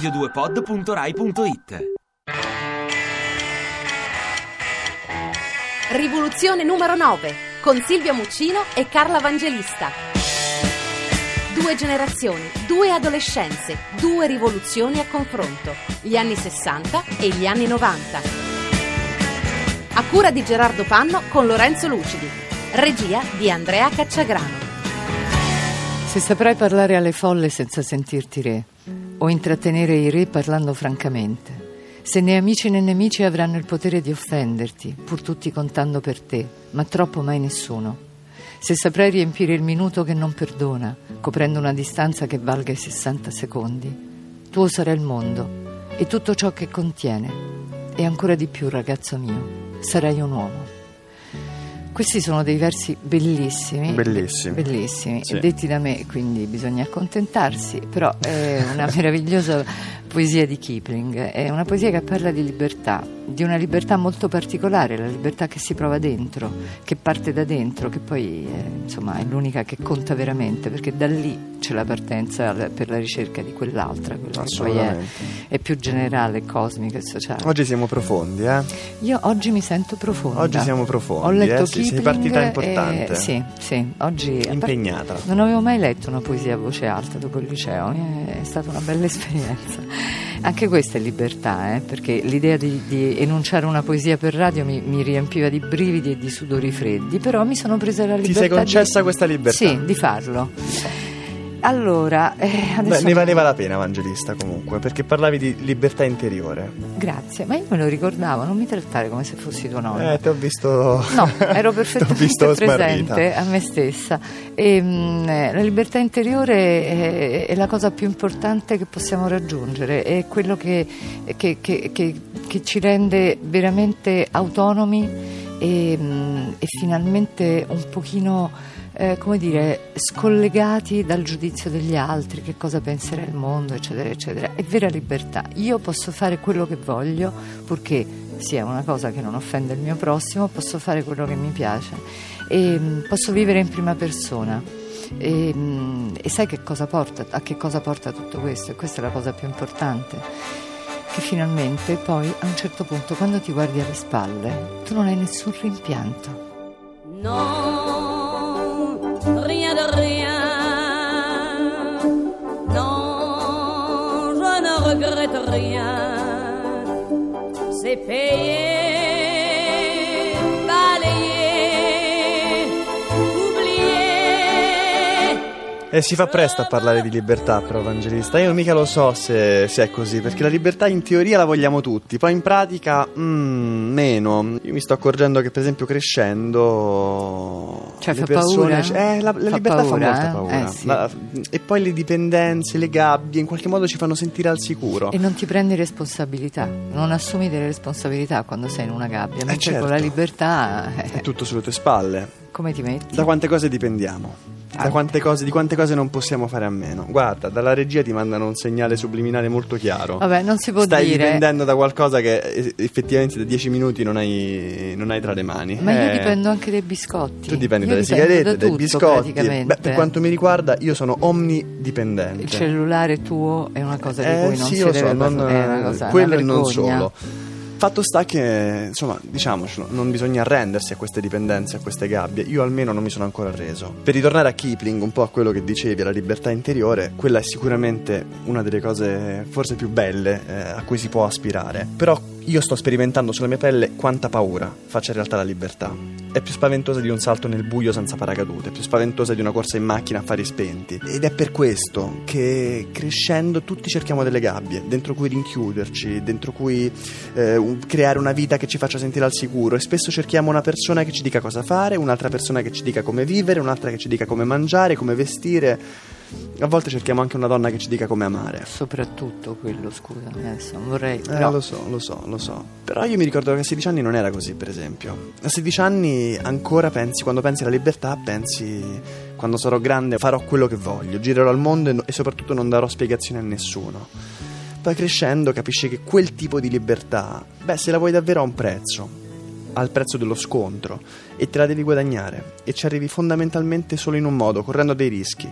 radio2pod.rai.it. Rivoluzione numero 9 con Silvia Muccino e Carla Vangelista. 2 generazioni, 2 adolescenze, 2 rivoluzioni a confronto, gli anni 60 e gli anni 90. A cura di Gerardo Panno con Lorenzo Lucidi, regia di Andrea Cacciagrano. Se saprai parlare alle folle senza sentirti re, o intrattenere i re parlando francamente, se né amici né nemici avranno il potere di offenderti, pur tutti contando per te, ma troppo mai nessuno, se saprai riempire il minuto che non perdona, coprendo una distanza che valga i 60 secondi, tuo sarà il mondo e tutto ciò che contiene, e ancora di più, ragazzo mio, sarai un uomo. Questi sono dei versi bellissimi, sì. Detti da me, quindi bisogna accontentarsi, però è una meravigliosa poesia di Kipling, è una poesia che parla di libertà, di una libertà molto particolare, la libertà che si prova dentro, che parte da dentro, che poi è l'unica che conta veramente, perché da lì c'è la partenza per la ricerca di quell'altra, quella che poi è più generale, cosmica e sociale. Oggi siamo profondi, Io oggi mi sento profonda. Oggi siamo profondi. Ho letto Kipling, sei partita importante. Sì, oggi impegnata. Non avevo mai letto una poesia a voce alta dopo il liceo, è stata una bella esperienza. Anche questa è libertà, perché l'idea di enunciare una poesia per radio mi riempiva di brividi e di sudori freddi, però mi sono presa la libertà. Ti sei concessa questa libertà? Sì, di farlo. Allora, adesso ne valeva la pena, Vangelista, comunque, perché parlavi di libertà interiore. Grazie, ma io me lo ricordavo, non mi trattare come se fossi tua nonna. Ti ho visto. No, ero perfettamente presente smarrita a me stessa. La libertà interiore è la cosa più importante che possiamo raggiungere, è quello che ci rende veramente autonomi e finalmente un pochino scollegati dal giudizio degli altri, che cosa penserà il mondo, eccetera eccetera. È vera libertà. Io posso fare quello che voglio, purché sia una cosa che non offende il mio prossimo, posso fare quello che mi piace e posso vivere in prima persona. E sai che cosa porta, a che cosa porta tutto questo? E questa è la cosa più importante, che finalmente poi a un certo punto, quando ti guardi alle spalle, tu non hai nessun rimpianto. Rien de rien, non, je ne regrette rien, c'est payé, balayé, oublié. Si fa presto a parlare di libertà, però, Vangelista. Io mica lo so se è così, perché la libertà in teoria la vogliamo tutti, poi in pratica meno. Io mi sto accorgendo che, per esempio, crescendo, le fa persone, paura? la libertà paura, fa molta paura. Sì. E poi le dipendenze, le gabbie, in qualche modo ci fanno sentire al sicuro. E non ti prendi responsabilità, non assumi delle responsabilità quando sei in una gabbia, mentre certo. con la libertà È tutto sulle tue spalle. come ti metti? Da quante cose dipendiamo? Di quante cose non possiamo fare a meno? Guarda, dalla regia ti mandano un segnale subliminale molto chiaro. Vabbè, non si può Stai dire. Stai dipendendo da qualcosa che effettivamente da 10 minuti non hai tra le mani. Ma io dipendo anche dai biscotti. Tu dipendi io dalle dipendo sigarette, da dai tutto, biscotti. praticamente. Per quanto mi riguarda, io sono omnidipendente. Il cellulare tuo è una cosa di cui non sì, si lo deve so, parlare, è una cosa, quello una e non vergogna. solo. Fatto sta che, insomma, diciamocelo, non bisogna arrendersi a queste dipendenze, a queste gabbie. Io almeno non mi sono ancora arreso. Per ritornare a Kipling, un po' a quello che dicevi, alla libertà interiore, quella è sicuramente una delle cose forse più belle a cui si può aspirare. Però io sto sperimentando sulla mia pelle quanta paura faccia in realtà la libertà. È più spaventosa di un salto nel buio senza paracadute, è più spaventosa di una corsa in macchina a fari spenti. Ed è per questo che crescendo tutti cerchiamo delle gabbie dentro cui rinchiuderci, dentro cui creare una vita che ci faccia sentire al sicuro, e spesso cerchiamo una persona che ci dica cosa fare, un'altra persona che ci dica come vivere, un'altra che ci dica come mangiare, come vestire. A volte cerchiamo anche una donna che ci dica come amare. Soprattutto quello, scusami, adesso non vorrei, però... Lo so. Però io mi ricordo che a 16 anni non era così, per esempio. A 16 anni ancora pensi, quando pensi alla libertà, pensi: quando sarò grande farò quello che voglio, girerò al mondo e soprattutto non darò spiegazioni a nessuno. Poi crescendo capisci che quel tipo di libertà, se la vuoi davvero, ha un prezzo, al prezzo dello scontro, e te la devi guadagnare, e ci arrivi fondamentalmente solo in un modo, correndo dei rischi,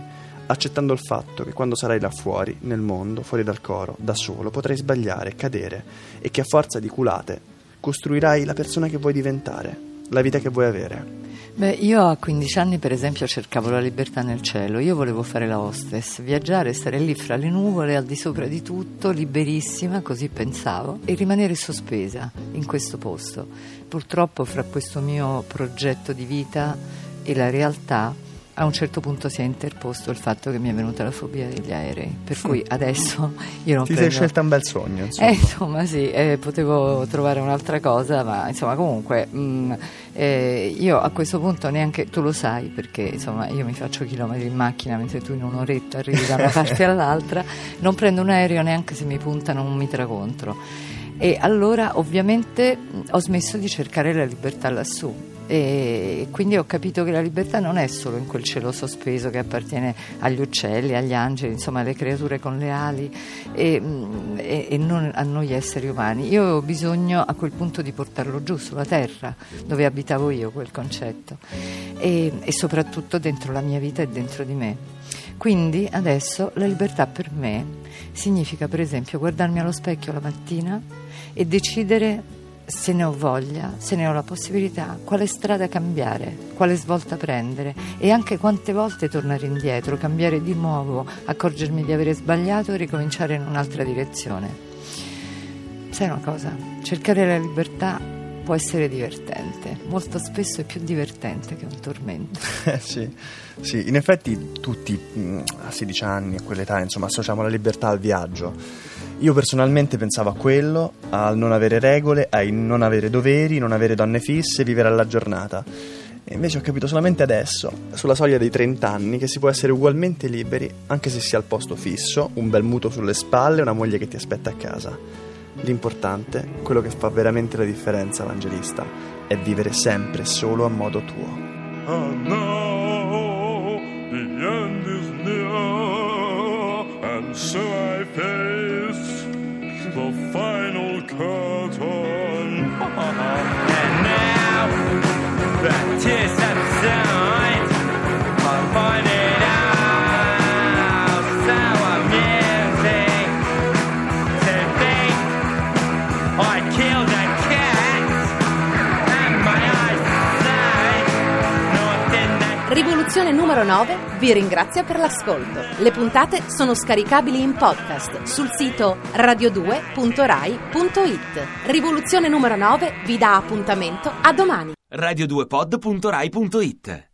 accettando il fatto che quando sarai là fuori, nel mondo, fuori dal coro, da solo, potrai sbagliare, cadere, e che a forza di culate costruirai la persona che vuoi diventare, la vita che vuoi avere. Beh, io a 15 anni per esempio cercavo la libertà nel cielo. Io volevo fare la hostess, viaggiare, stare lì fra le nuvole, al di sopra di tutto, liberissima, così pensavo, e rimanere sospesa in questo posto. Purtroppo fra questo mio progetto di vita e la realtà a un certo punto si è interposto il fatto che mi è venuta la fobia degli aerei, per cui adesso io non Ti sei scelta un bel sogno, insomma. Insomma sì, potevo trovare un'altra cosa, ma insomma comunque io a questo punto neanche, tu lo sai perché insomma io mi faccio chilometri in macchina mentre tu in un'oretta arrivi da una parte all'altra, non prendo un aereo neanche se mi puntano un mitra contro, e allora ovviamente ho smesso di cercare la libertà lassù. E quindi ho capito che la libertà non è solo in quel cielo sospeso che appartiene agli uccelli, agli angeli, insomma alle creature con le ali, e non a noi esseri umani. Io avevo bisogno a quel punto di portarlo giù sulla terra dove abitavo io, quel concetto, e soprattutto dentro la mia vita e dentro di me. Quindi adesso la libertà per me significa per esempio guardarmi allo specchio la mattina e decidere, se ne ho voglia, se ne ho la possibilità, quale strada cambiare, quale svolta prendere, e anche quante volte tornare indietro, cambiare di nuovo, accorgermi di avere sbagliato e ricominciare in un'altra direzione. Sai una cosa? Cercare la libertà può essere divertente, molto spesso è più divertente che un tormento. Sì, in effetti tutti a 16 anni, a quell'età, insomma, associamo la libertà al viaggio. Io personalmente pensavo a quello, al non avere regole, ai non avere doveri, non avere donne fisse, vivere alla giornata. E invece ho capito solamente adesso, sulla soglia dei 30 anni, che si può essere ugualmente liberi, anche se si ha il posto fisso, un bel mutuo sulle spalle e una moglie che ti aspetta a casa. L'importante, quello che fa veramente la differenza, Evangelista, è vivere sempre solo a modo tuo. And now the end is near, and so I face the final curtain. And now the tears subside, I find it all so amusing to think I killed a cat, and my eyes say nothing that. Rivoluzione numero 9 vi ringrazia per l'ascolto. Le puntate sono scaricabili in podcast sul sito radio2.rai.it. Rivoluzione numero 9 vi dà appuntamento a domani. radio2pod.rai.it